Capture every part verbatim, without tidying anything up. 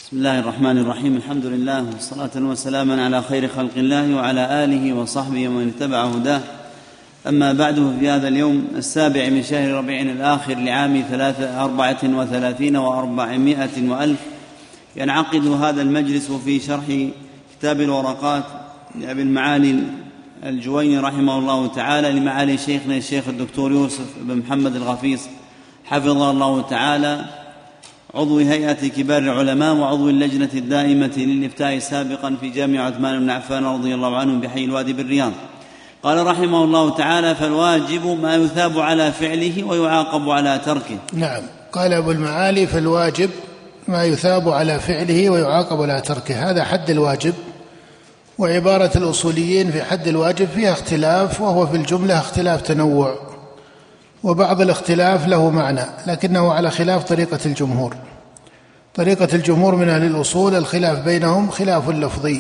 بسم الله الرحمن الرحيم. الحمد لله والصلاة والسلام على خير خلق الله وعلى آله وصحبه ومن اتبع هداه. أما بعد، في هذا اليوم السابع من شهر ربيع الآخر لعام أربعة وثلاثين وأربعمائة وألف ينعقد هذا المجلس في شرح كتاب الورقات لأبي المعالي الجويني رحمه الله تعالى لمعالي شيخنا الشيخ الدكتور يوسف بن محمد الغفيص حفظه الله تعالى، عضو هيئة كبار العلماء وعضو اللجنة الدائمة للإفتاء سابقا في جامع عثمان بن عفان رضي الله عنه بحي الوادي بالرياض. قال رحمه الله تعالى: فالواجب ما يثاب على فعله ويعاقب على تركه. نعم، قال أبو المعالي: فالواجب ما يثاب على فعله ويعاقب على تركه. هذا حد الواجب، وعبارة الأصوليين في حد الواجب فيها اختلاف، وهو في الجملة اختلاف تنوع، وبعض الاختلاف له معنى، لكنه على خلاف طريقة الجمهور. طريقة الجمهور من أهل الأصول الخلاف بينهم خلاف لفظي،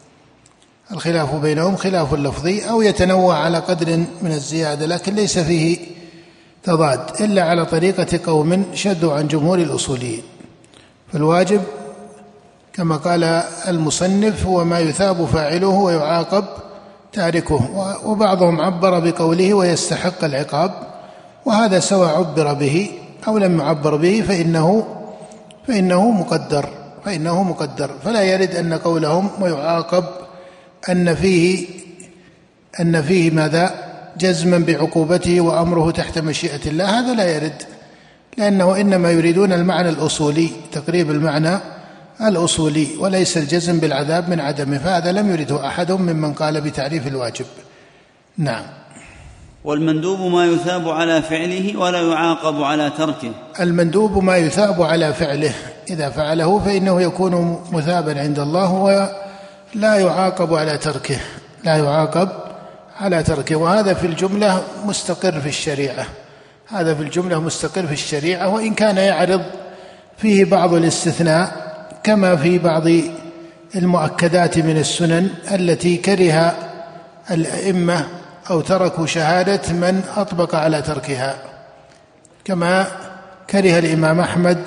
الخلاف بينهم خلاف لفظي أو يتنوع على قدر من الزيادة، لكن ليس فيه تضاد إلا على طريقة قوم شدوا عن جمهور الأصوليين. فالواجب كما قال المصنف هو ما يثاب فاعله ويعاقب تاركه، وبعضهم عبر بقوله ويستحق العقاب، وهذا سواء عبر به أو لم يعبر به فإنه فإنه مقدر فإنه مقدر فلا يرد أن قولهم ويعاقب أن فيه أن فيه ماذا جزما بعقوبته وأمره تحت مشيئة الله، هذا لا يرد، لأنه إنما يريدون المعنى الأصولي، تقريب المعنى الأصولي، وليس الجزم بالعذاب من عدمه، فهذا لم يرده أحد ممن قال بتعريف الواجب. نعم. والمندوب ما يثاب على فعله ولا يعاقب على تركه. المندوب ما يثاب على فعله، إذا فعله فإنه يكون مثابا عند الله ولا يعاقب على تركه لا يعاقب على تركه وهذا في الجملة مستقر في الشريعة هذا في الجملة مستقر في الشريعة وإن كان يعرض فيه بعض الاستثناء، كما في بعض المؤكدات من السنن التي كره الأئمة أو تركوا شهادة من أطبق على تركها، كما كره الإمام أحمد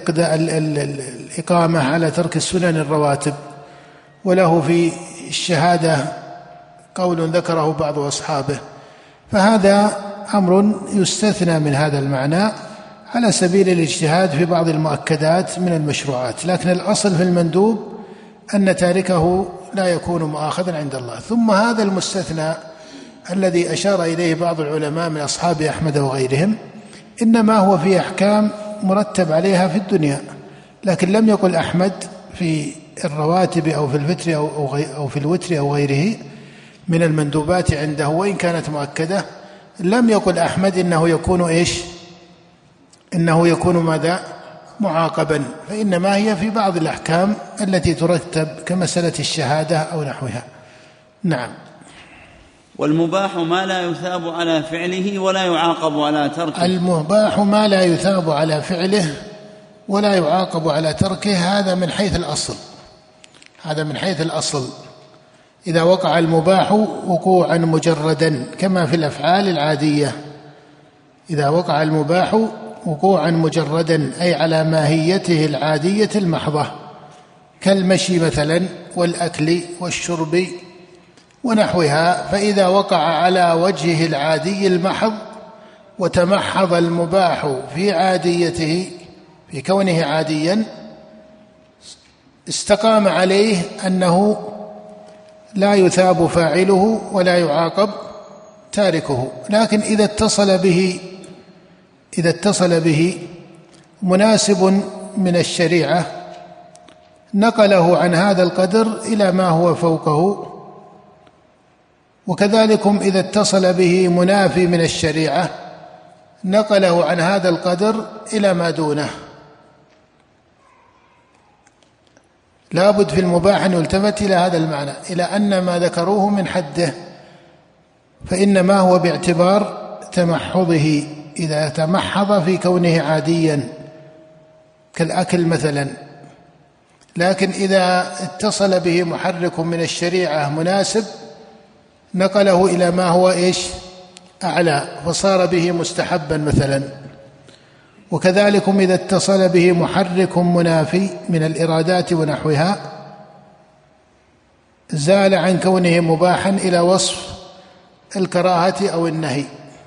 الإقامة على ترك السنن الرواتب، وله في الشهادة قول ذكره بعض أصحابه، فهذا أمر يستثنى من هذا المعنى على سبيل الاجتهاد في بعض المؤكدات من المشروعات، لكن الأصل في المندوب أن تاركه لا يكون مؤاخذا عند الله. ثم هذا المستثنى الذي أشار إليه بعض العلماء من أصحاب أحمد وغيرهم إنما هو في أحكام مرتب عليها في الدنيا، لكن لم يقل أحمد في الرواتب أو في الفطر أو في الوتر أو غيره من المندوبات عنده وإن كانت مؤكدة، لم يقل أحمد إنه يكون إيش إنه يكون ماذا معاقبا، فإنما هي في بعض الأحكام التي ترتب كمسألة الشهادة أو نحوها. نعم. والمباح ما لا يثاب على فعله ولا يعاقب على تركه. المباح ما لا يثاب على فعله ولا يعاقب على تركه، هذا من حيث الأصل هذا من حيث الأصل إذا وقع المباح وقوعا مجردا كما في الأفعال العادية، إذا وقع المباح وقوعا مجردا أي على ماهيته العادية المحضة كالمشي مثلا والأكل والشرب ونحوها، فإذا وقع على وجهه العادي المحض وتمحض المباح في عاديته في كونه عاديا استقام عليه أنه لا يثاب فاعله ولا يعاقب تاركه. لكن إذا اتصل به إذا اتصل به مناسب من الشريعة نقله عن هذا القدر إلى ما هو فوقه، وكذلكم إذا اتصل به منافي من الشريعة نقله عن هذا القدر إلى ما دونه. لا بد في المباح أن يلتفت إلى هذا المعنى، إلى أن ما ذكروه من حده فإنما هو باعتبار تمحضه، إذا تمحض في كونه عاديا كالأكل مثلا، لكن إذا اتصل به محرك من الشريعة مناسب نقله إلى ما هو إيش أعلى فصار به مستحبا مثلا. وكذلكم إذا اتصل به محرك منافي من الإرادات ونحوها زال عن كونه مباحا إلى وصف الكراهة أو النهي،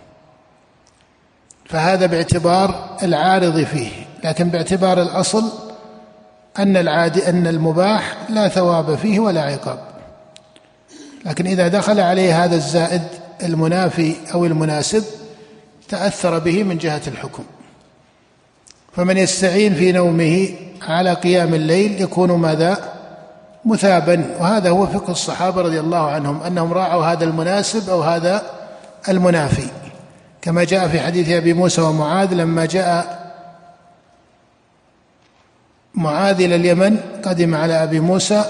فهذا باعتبار العارض فيه، لكن باعتبار الأصل أن العادي أن المباح لا ثواب فيه ولا عقاب، لكن إذا دخل عليه هذا الزائد المنافي أو المناسب تأثر به من جهة الحكم. فمن يستعين في نومه على قيام الليل يكون ماذا؟ مثابا، وهذا هو فقه الصحابة رضي الله عنهم، أنهم راعوا هذا المناسب أو هذا المنافي، كما جاء في حديث أبي موسى ومعاذ لما جاء معاذ إلى اليمن قدم على أبي موسى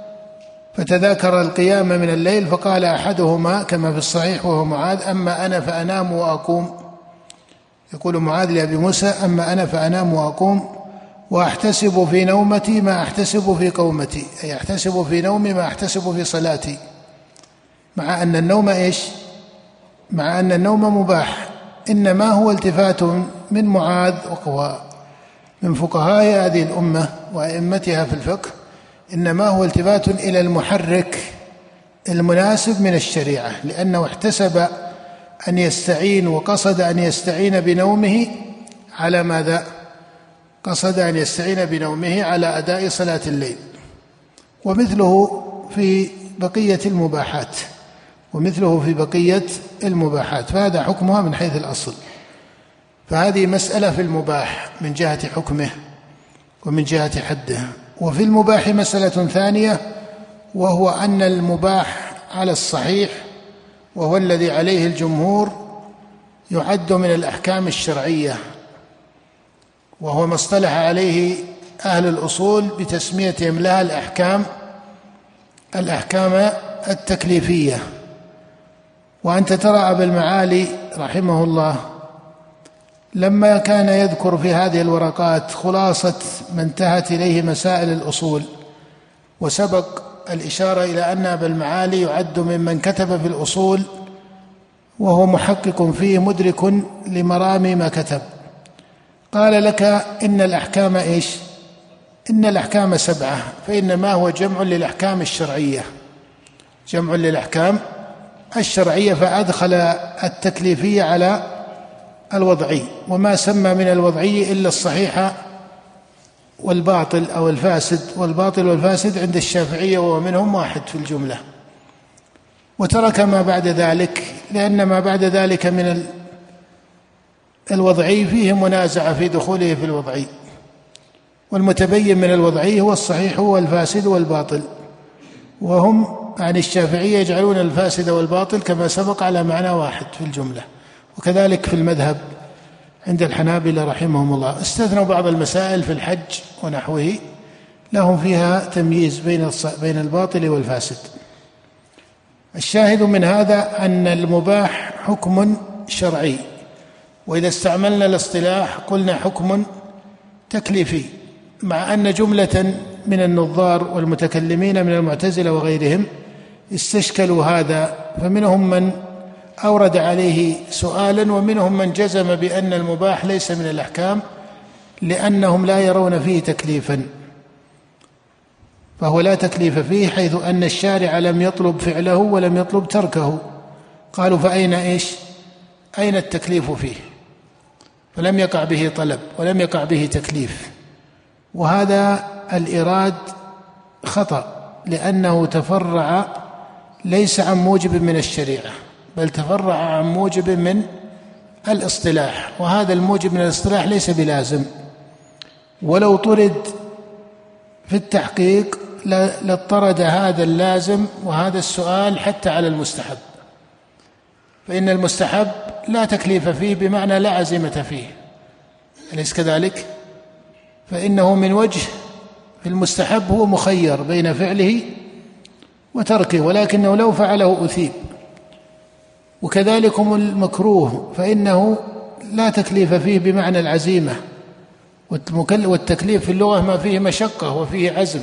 فتذاكر القيام من الليل، فقال أحدهما كما في الصحيح وهو معاذ: أما أنا فأنام وأقوم. يقول معاذ لأبي موسى: أما أنا فأنام وأقوم وأحتسب في نومتي ما أحتسب في قومتي، أي أحتسب في نومي ما أحتسب في صلاتي، مع أن النوم إيش؟ مع أن النوم مباح، إنما هو التفات من معاذ وهو من فقهاء هذه الأمة وأئمتها في الفقه، إنما هو التفات إلى المحرك المناسب من الشريعة، لأنه احتسب أن يستعين وقصد أن يستعين بنومه على ماذا؟ قصد أن يستعين بنومه على أداء صلاة الليل. ومثله في بقية المباحات ومثله في بقية المباحات فهذا حكمها من حيث الأصل. فهذه مسألة في المباح من جهة حكمه ومن جهة حده. وفي المباح مسألة ثانية، وهو أن المباح على الصحيح وهو الذي عليه الجمهور يعد من الأحكام الشرعية، وهو ما اصطلح عليه أهل الأصول بتسميتهم لها الأحكام الأحكام التكليفية. وأنت ترى أبا المعالي رحمه الله لما كان يذكر في هذه الورقات خلاصة ما انتهت إليه مسائل الأصول، وسبق الإشارة إلى أن أبا المعالي يعد ممن كتب في الأصول وهو محقق فيه مدرك لمرامي ما كتب، قال لك إن الأحكام إيش؟ إن الأحكام سبعة، فإنما هو جمع للأحكام الشرعية، جمع للأحكام الشرعية، فأدخل التكليفية على الوضعي، وما سمى من الوضعي إلا الصحيح والباطل أو الفاسد، والباطل والفاسد عند الشافعية وهو منهم واحد في الجملة، وترك ما بعد ذلك، لأن ما بعد ذلك من الوضعي فيه منازعة في دخوله في الوضعي، والمتبين من الوضعي هو الصحيح والفاسد والباطل، وهم عن الشافعية يجعلون الفاسد والباطل كما سبق على معنى واحد في الجملة. وكذلك في المذهب عند الحنابلة رحمهم الله استثنوا بعض المسائل في الحج ونحوه لهم فيها تمييز بين بين الباطل والفاسد. الشاهد من هذا أن المباح حكم شرعي، وإذا استعملنا الاصطلاح قلنا حكم تكليفي، مع أن جملة من النظار والمتكلمين من المعتزلة وغيرهم استشكلوا هذا، فمنهم من أورد عليه سؤالا، ومنهم من جزم بأن المباح ليس من الأحكام لأنهم لا يرون فيه تكليفا، فهو لا تكليف فيه، حيث أن الشارع لم يطلب فعله ولم يطلب تركه. قالوا فأين إيش؟ أين التكليف فيه؟ فلم يقع به طلب ولم يقع به تكليف، وهذا الإراد خطأ، لأنه تفرع ليس عن موجب من الشريعة، بل تفرع عن موجب من الاصطلاح، وهذا الموجب من الاصطلاح ليس بلازم، ولو طرد في التحقيق لاضطرد هذا اللازم وهذا السؤال حتى على المستحب، فإن المستحب لا تكليف فيه بمعنى لا عزيمة فيه، أليس كذلك؟ فإنه من وجه في المستحب هو مخير بين فعله وتركه، ولكنه لو فعله أثيب. وكذلك المكروه فإنه لا تكليف فيه بمعنى العزيمة، والتكليف في اللغة ما فيه مشقة وفيه عزم،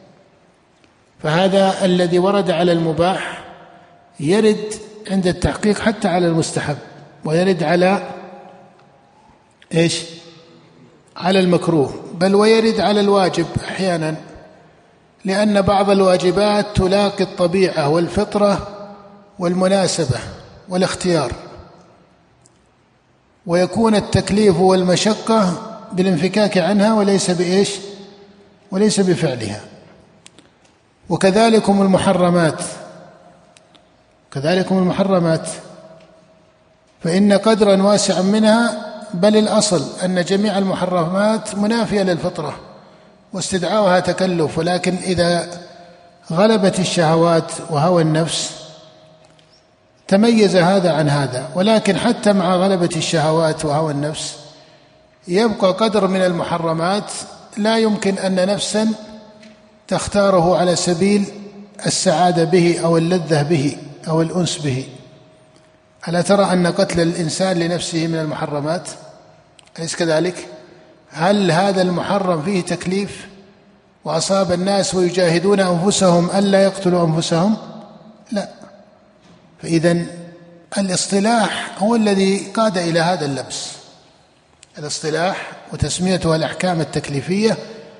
فهذا الذي ورد على المباح يرد عند التحقيق حتى على المستحب، ويرد على إيش؟ على المكروه، بل ويرد على الواجب أحيانا، لأن بعض الواجبات تلاقي الطبيعة والفطرة والمناسبة والاختيار، ويكون التكليف والمشقة بالانفكاك عنها وليس بإيش وليس بفعلها. وكذلكم المحرمات كذلكم المحرمات فإن قدرا واسعا منها، بل الأصل أن جميع المحرمات منافية للفطرة واستدعاؤها تكلف، ولكن إذا غلبت الشهوات وهوى النفس تميز هذا عن هذا. ولكن حتى مع غلبة الشهوات وهوى النفس يبقى قدر من المحرمات لا يمكن أن نفسا تختاره على سبيل السعادة به أو اللذة به أو الأنس به. ألا ترى أن قتل الإنسان لنفسه من المحرمات؟ أليس كذلك؟ هل هذا المحرم فيه تكليف وأصاب الناس ويجاهدون أنفسهم ألا يقتلوا أنفسهم؟ لا. فإذن الاصطلاح هو الذي قاد إلى هذا اللبس، الاصطلاح وتسميتها الأحكام التكليفية،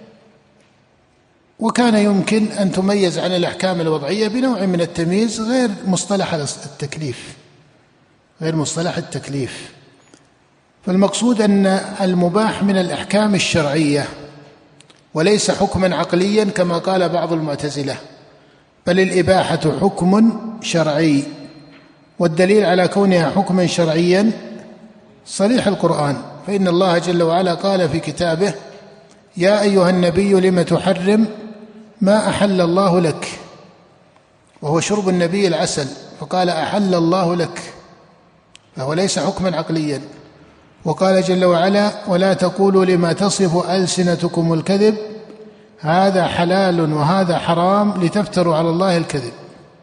وكان يمكن أن تميز عن الأحكام الوضعية بنوع من التمييز غير مصطلح التكليف غير مصطلح التكليف. فالمقصود أن المباح من الأحكام الشرعية وليس حكما عقليا كما قال بعض المعتزلة، بل الإباحة حكم شرعي، والدليل على كونها حكما شرعيا صريح القرآن، فإن الله جل وعلا قال في كتابه: يا أيها النبي لم تحرم ما أحل الله لك، وهو شرب النبي العسل، فقال أحل الله لك، فهو ليس حكما عقليا. وقال جل وعلا: ولا تقولوا لما تصف ألسنتكم الكذب هذا حلال وهذا حرام لتفتروا على الله الكذب.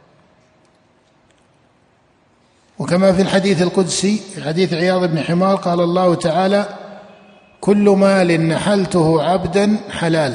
وكما في الحديث القدسي في حديث عياض بن حمار قال الله تعالى: كل مال نحلته عبدا حلال.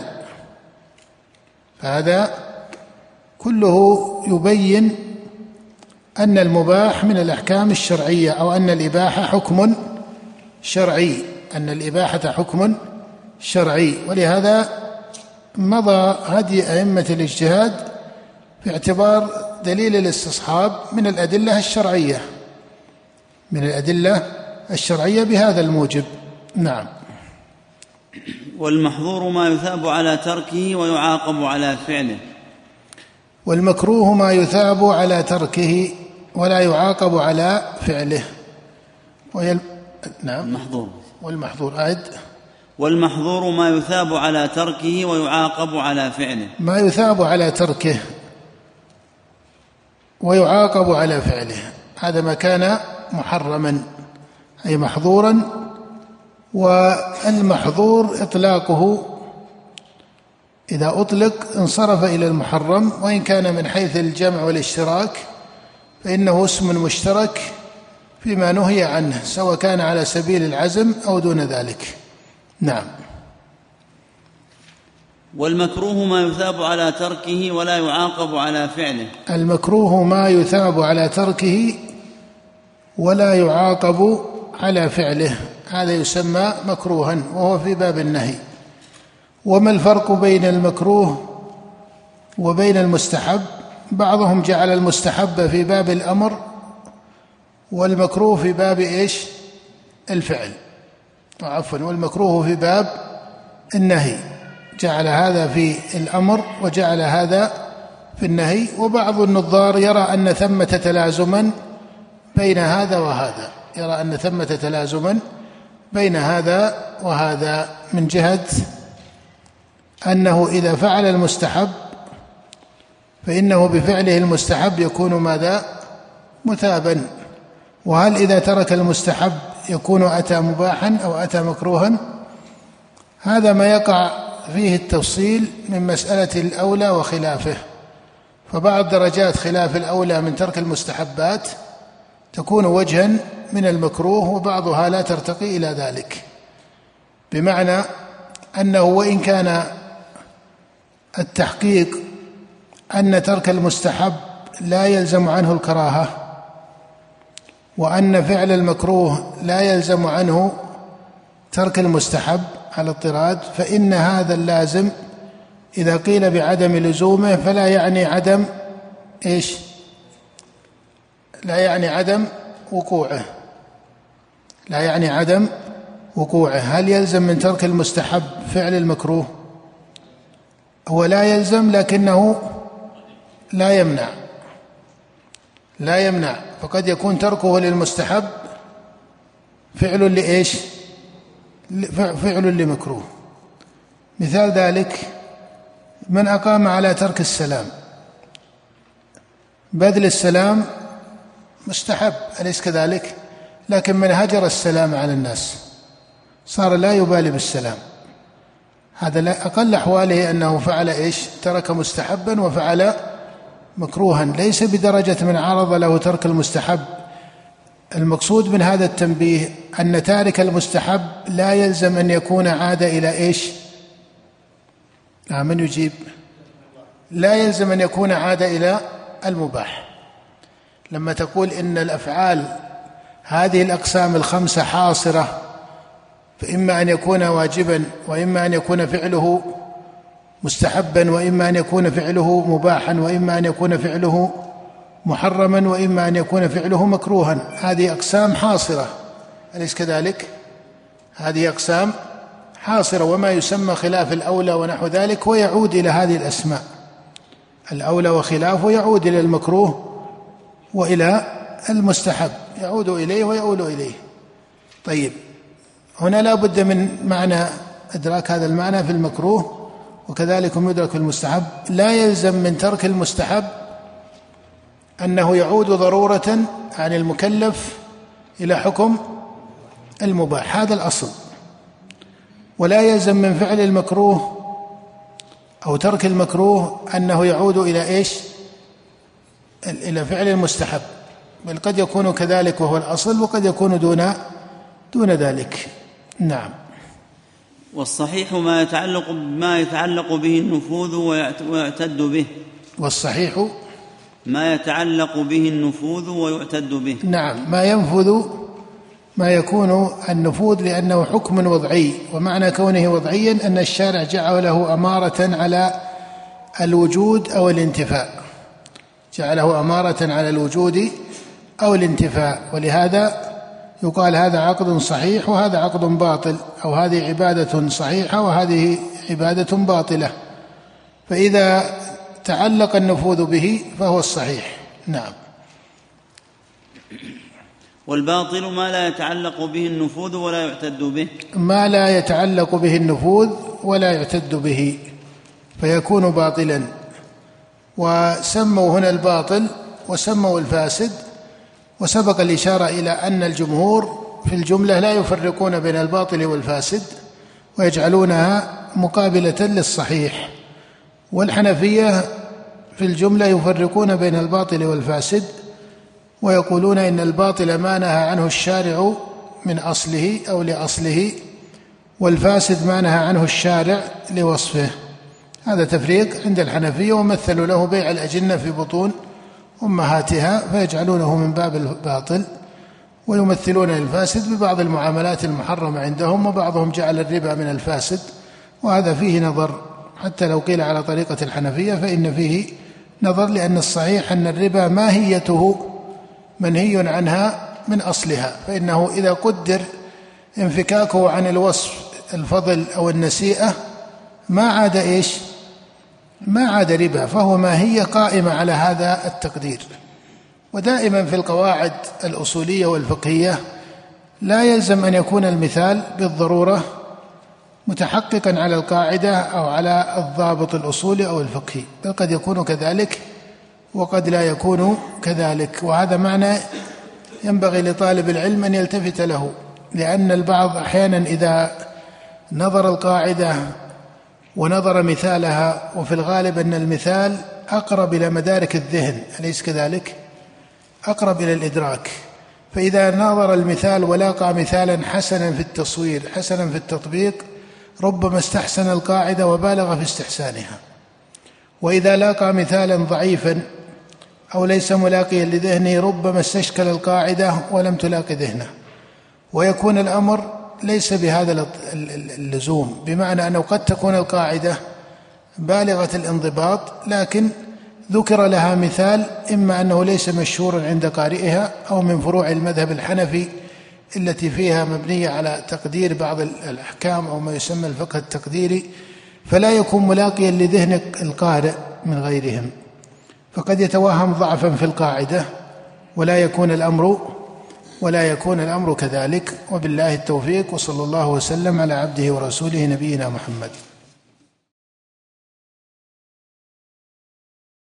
فهذا كله يبين أن المباح من الأحكام الشرعية، أو أن الإباحة حكم شرعي أن الإباحة حكم شرعي. ولهذا مضى هدي أئمة الاجتهاد في اعتبار دليل الاستصحاب من الأدلة الشرعية من الأدلة الشرعية بهذا الموجب. نعم. والمحظور ما يثاب على تركه ويعاقب على فعله. والمكروه ما يثاب على تركه ولا يعاقب على فعله. ويل... نعم. المحظور والمحظور أعد. والمحظور ما يثاب على تركه ويعاقب على فعله. ما يثاب على تركه ويعاقب على فعله، هذا ما كان محرما أي محظورا. والمحظور إطلاقه إذا أطلق انصرف إلى المحرم، وإن كان من حيث الجمع والاشتراك فإنه اسم مشترك فيما نهي عنه، سواء كان على سبيل العزم أو دون ذلك. نعم. والمكروه ما يثاب على تركه ولا يعاقب على فعله. المكروه ما يثاب على تركه ولا يعاقب على فعله، هذا يسمى مكروها وهو في باب النهي. وما الفرق بين المكروه وبين المستحب؟ بعضهم جعل المستحب في باب الأمر والمكروه في باب إيش؟ الفعل، عفوا والمكروه في باب النهي، جعل هذا في الأمر وجعل هذا في النهي. وبعض النظار يرى أن ثمة تلازما بين هذا وهذا، يرى أن ثمة تلازما بين هذا وهذا، من جهة أنه إذا فعل المستحب فإنه بفعله المستحب يكون ماذا؟ مثابا. وهل إذا ترك المستحب يكون أتى مباحا أو أتى مكروها؟ هذا ما يقع فيه التفصيل من مسألة الأولى وخلافه. فبعض درجات خلاف الأولى من ترك المستحبات تكون وجها من المكروه، وبعضها لا ترتقي إلى ذلك، بمعنى أنه وإن كان التحقيق أن ترك المستحب لا يلزم عنه الكراهة، وأن فعل المكروه لا يلزم عنه ترك المستحب، على اضطراد، فإن هذا اللازم إذا قيل بعدم لزومه فلا يعني عدم إيش؟ لا يعني عدم وقوعه، لا يعني عدم وقوعه. هل يلزم من ترك المستحب فعل المكروه؟ هو لا يلزم لكنه لا يمنع، لا يمنع، فقد يكون تركه للمستحب فعل لإيش؟ فعل لمكروه. مثال ذلك من أقام على ترك السلام، بذل السلام مستحب أليس كذلك؟ لكن من هجر السلام على الناس صار لا يبالي بالسلام، هذا أقل أحواله أنه فعل إيش؟ ترك مستحبا وفعل مكروها، ليس بدرجة من عرض له ترك المستحب. المقصود من هذا التنبيه أن تارك المستحب لا يلزم أن يكون عاد إلى إيش؟ من يجيب؟ لا يلزم أن يكون عاد إلى المباح. لما تقول إن الأفعال هذه الأقسام الخمسة حاصرة، فإما أن يكون واجبا، وإما أن يكون فعله مستحبا، وإما أن يكون فعله مباحا، وإما أن يكون فعله محرما، وإما أن يكون فعله مكروها، هذه أقسام حاصرة أليس كذلك؟ هذه أقسام حاصرة، وما يسمى خلاف الأولى ونحو ذلك ويعود إلى هذه الأسماء، الأولى وخلافه يعود إلى المكروه وإلى المستحب، يعود إليه ويؤول إليه. طيب، هنا لا بد من معنى إدراك هذا المعنى في المكروه، وكذلك يدرك في المستحب. لا يلزم من ترك المستحب أنه يعود ضرورة عن المكلف إلى حكم المباح، هذا الأصل. ولا يلزم من فعل المكروه أو ترك المكروه أنه يعود إلى إيش؟ إلى فعل المستحب، بل قد يكون كذلك وهو الأصل، وقد يكون دون دون ذلك. نعم. والصحيح ما يتعلق ما يتعلق به النفوذ ويعتد به. والصحيح ما يتعلق به النفوذ ويعتد به. نعم، ما ينفذ، ما يكون النفوذ لأنه حكم وضعي، ومعنى كونه وضعيا أن الشارع جعله أمارة على الوجود أو الانتفاء، جعله أمارة على الوجود أو الانتفاء، ولهذا يقال هذا عقد صحيح وهذا عقد باطل، أو هذه عبادة صحيحة وهذه عبادة باطلة، فإذا تعلق النفوذ به فهو الصحيح. نعم. والباطل ما لا يتعلق به النفوذ ولا يعتد به. ما لا يتعلق به النفوذ ولا يعتد به فيكون باطلا. وسموا هنا الباطل وسموا الفاسد، وسبق الإشارة إلى أن الجمهور في الجملة لا يفرقون بين الباطل والفاسد ويجعلونها مقابلة للصحيح، والحنفية في الجملة يفرقون بين الباطل والفاسد ويقولون إن الباطل ما نهى عنه الشارع من أصله أو لأصله، والفاسد ما نهى عنه الشارع لوصفه. هذا تفريق عند الحنفية، ومثلوا له بيع الأجنة في بطون أمهاتها فيجعلونه من باب الباطل، ويمثلون الفاسد ببعض المعاملات المحرمة عندهم، وبعضهم جعل الربا من الفاسد، وهذا فيه نظر، حتى لو قيل على طريقة الحنفية فإن فيه نظر، لأن الصحيح أن الربا ماهيته منهي عنها من أصلها، فإنه إذا قدر انفكاكه عن الوصف الفضل أو النسيئة ما عاد إيش؟ ما عاد ربا، فهو ماهية قائمة على هذا التقدير. ودائما في القواعد الأصولية والفقهية لا يلزم أن يكون المثال بالضرورة متحققا على القاعدة أو على الضابط الأصولي أو الفقهي، بل قد يكون كذلك وقد لا يكون كذلك، وهذا معنى ينبغي لطالب العلم أن يلتفت له، لأن البعض أحيانا إذا نظر القاعدة ونظر مثالها، وفي الغالب أن المثال أقرب إلى مدارك الذهن أليس كذلك؟ أقرب إلى الإدراك، فإذا نظر المثال ولاقى مثالا حسنا في التصوير حسنا في التطبيق ربما استحسن القاعدة وبالغ في استحسانها، وإذا لاقى مثالا ضعيفا أو ليس ملاقيا لذهنه ربما استشكل القاعدة ولم تلاقي ذهنه، ويكون الأمر ليس بهذا اللزوم، بمعنى أنه قد تكون القاعدة بالغة الانضباط لكن ذكر لها مثال، إما أنه ليس مشهورا عند قارئها أو من فروع المذهب الحنفي التي فيها مبنية على تقدير بعض الأحكام أو ما يسمى الفقه التقديري، فلا يكون ملاقيا لذهن القارئ من غيرهم، فقد يتوهم ضعفا في القاعدة ولا يكون الأمر ولا يكون الأمر كذلك. وبالله التوفيق، وصلى الله وسلم على عبده ورسوله نبينا محمد.